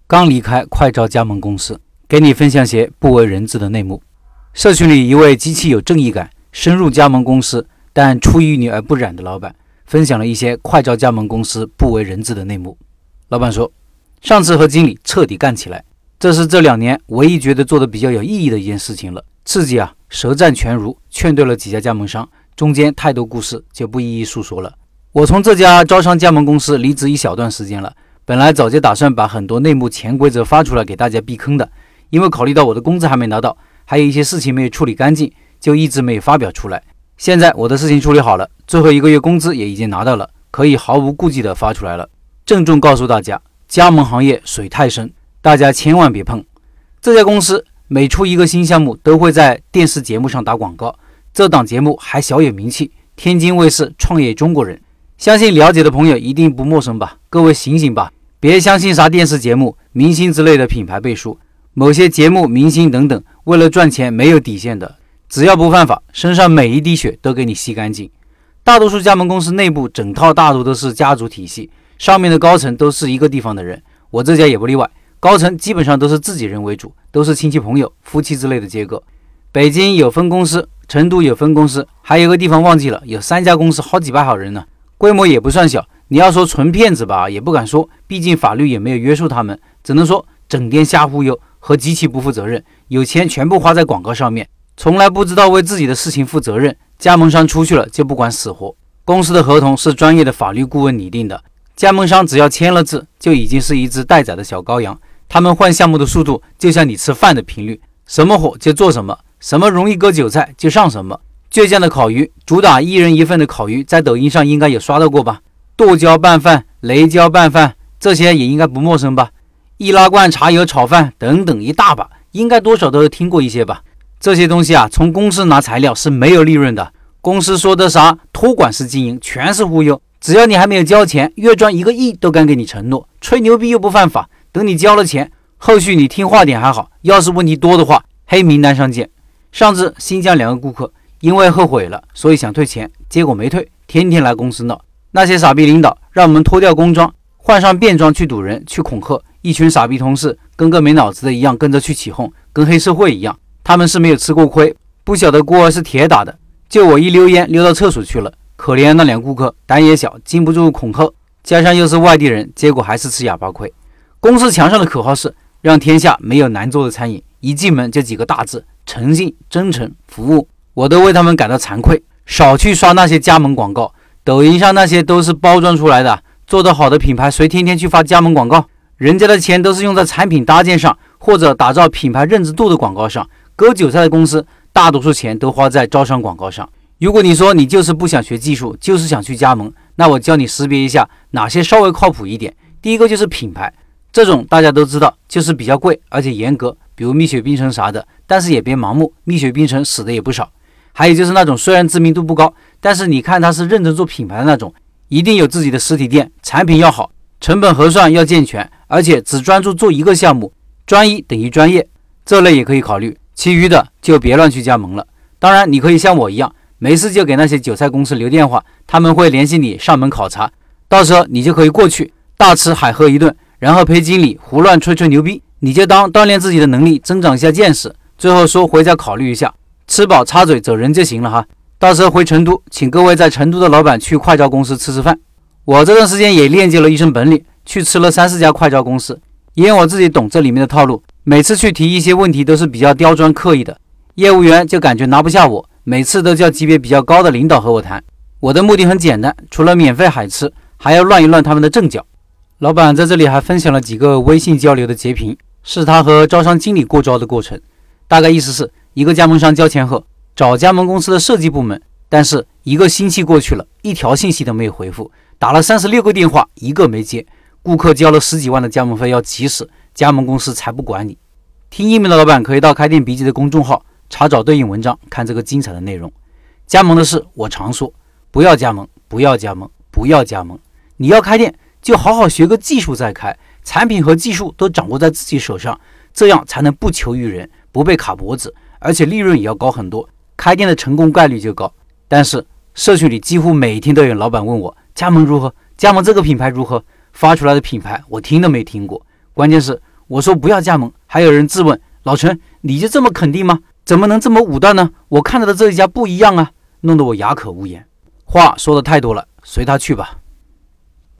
刚离开快招加盟公司，给你分享些不为人知的内幕。社群里一位极其有正义感、深入加盟公司但出淤泥而不染的老板，分享了一些快招加盟公司不为人知的内幕。老板说，上次和经理彻底干起来，这是这2年唯一觉得做的比较有意义的一件事情了。刺激啊，舌战拳儒，劝对了几家加盟商，中间太多故事就不一一述说了。我从这家招商加盟公司离职一小段时间了，本来早就打算把很多内幕潜规则发出来给大家避坑的，因为考虑到我的工资还没拿到，还有一些事情没有处理干净，就一直没有发表出来。现在我的事情处理好了，最后1个月工资也已经拿到了，可以毫无顾忌的发出来了。郑重告诉大家，加盟行业水太深，大家千万别碰。这家公司每出一个新项目都会在电视节目上打广告，这档节目还小有名气，天津卫视创业中国人，相信了解的朋友一定不陌生吧。各位醒醒吧，别相信啥电视节目、明星之类的品牌背书，某些节目、明星等等，为了赚钱没有底线的，只要不犯法，身上每一滴血都给你吸干净。大多数加盟公司内部整套大都是家族体系，上面的高层都是一个地方的人，我这家也不例外，高层基本上都是自己人为主，都是亲戚朋友、夫妻之类的结构。北京有分公司，成都有分公司，还有个地方忘记了，有3家公司，好几百号人呢，规模也不算小。你要说纯骗子吧，也不敢说，毕竟法律也没有约束他们，只能说整天瞎忽悠和极其不负责任，有钱全部花在广告上面，从来不知道为自己的事情负责任。加盟商出去了就不管死活，公司的合同是专业的法律顾问拟定的，加盟商只要签了字，就已经是一只待宰的小羔羊。他们换项目的速度就像你吃饭的频率，什么火就做什么，什么容易割韭菜就上什么。倔强的烤鱼，主打1人1份的烤鱼，在抖音上应该有刷到过吧？剁椒拌饭、雷椒拌饭，这些也应该不陌生吧？易拉罐茶油炒饭等等一大把，应该多少都有听过一些吧？这些东西啊，从公司拿材料是没有利润的，公司说的啥托管式经营全是忽悠，只要你还没有交钱，月赚1个亿都敢给你承诺，吹牛逼又不犯法，等你交了钱，后续你听话点还好，要是问题多的话，黑名单上见。上次新疆2个顾客因为后悔了，所以想退钱，结果没退，天天来公司闹。那些傻逼领导让我们脱掉工装，换上便装去堵人、去恐吓，一群傻逼同事跟个没脑子的一样跟着去起哄，跟黑社会一样。他们是没有吃过亏，不晓得锅是铁打的，就我一溜烟溜到厕所去了。可怜那2个顾客胆也小，经不住恐吓，加上又是外地人，结果还是吃哑巴亏。公司墙上的口号是让天下没有难做的餐饮，一进门就几个大字：诚信、真诚、服务。我都为他们感到惭愧，少去刷那些加盟广告，抖音上那些都是包装出来的，做得好的品牌谁天天去发加盟广告？人家的钱都是用在产品搭建上，或者打造品牌认知度的广告上。割韭菜的公司大多数钱都花在招商广告上。如果你说你就是不想学技术，就是想去加盟，那我教你识别一下哪些稍微靠谱一点。第一个就是品牌，这种大家都知道，就是比较贵而且严格，比如蜜雪冰城啥的，但是也别盲目，蜜雪冰城死的也不少。还有就是那种虽然知名度不高，但是你看他是认真做品牌的那种，一定有自己的实体店，产品要好，成本核算要健全，而且只专注做一个项目，专一等于专业，这类也可以考虑。其余的就别乱去加盟了。当然你可以像我一样，没事就给那些韭菜公司留电话，他们会联系你上门考察，到时候你就可以过去大吃海喝一顿，然后陪经理胡乱吹吹牛逼，你就当锻炼自己的能力，增长一下见识，最后说回家考虑一下，吃饱插嘴走人就行了哈。到时候回成都，请各位在成都的老板去快招公司吃吃饭。我这段时间也练就了一身本领，去吃了3-4家快招公司，因为我自己懂这里面的套路，每次去提一些问题都是比较刁钻刻意的，业务员就感觉拿不下我，每次都叫级别比较高的领导和我谈。我的目的很简单，除了免费海吃，还要乱一乱他们的阵脚。老板在这里还分享了几个微信交流的截屏，是他和招商经理过招的过程。大概意思是，一个加盟商交钱后找加盟公司的设计部门，但是1个星期过去了，一条信息都没有回复，打了36个电话1个没接，顾客交了10几万的加盟费要急死，加盟公司才不管你。听音频的老板可以到开店笔记的公众号查找对应文章，看这个精彩的内容。加盟的事我常说，不要加盟，不要加盟，不要加盟。你要开店就好好学个技术再开，产品和技术都掌握在自己手上，这样才能不求于人，不被卡脖子，而且利润也要高很多，开店的成功概率就高。但是社区里几乎每天都有老板问我加盟如何，加盟这个品牌如何，发出来的品牌我听都没听过，关键是我说不要加盟，还有人质问老陈，你就这么肯定吗？怎么能这么武断呢？我看到的这一家不一样啊，弄得我哑口无言。话说的太多了，随他去吧。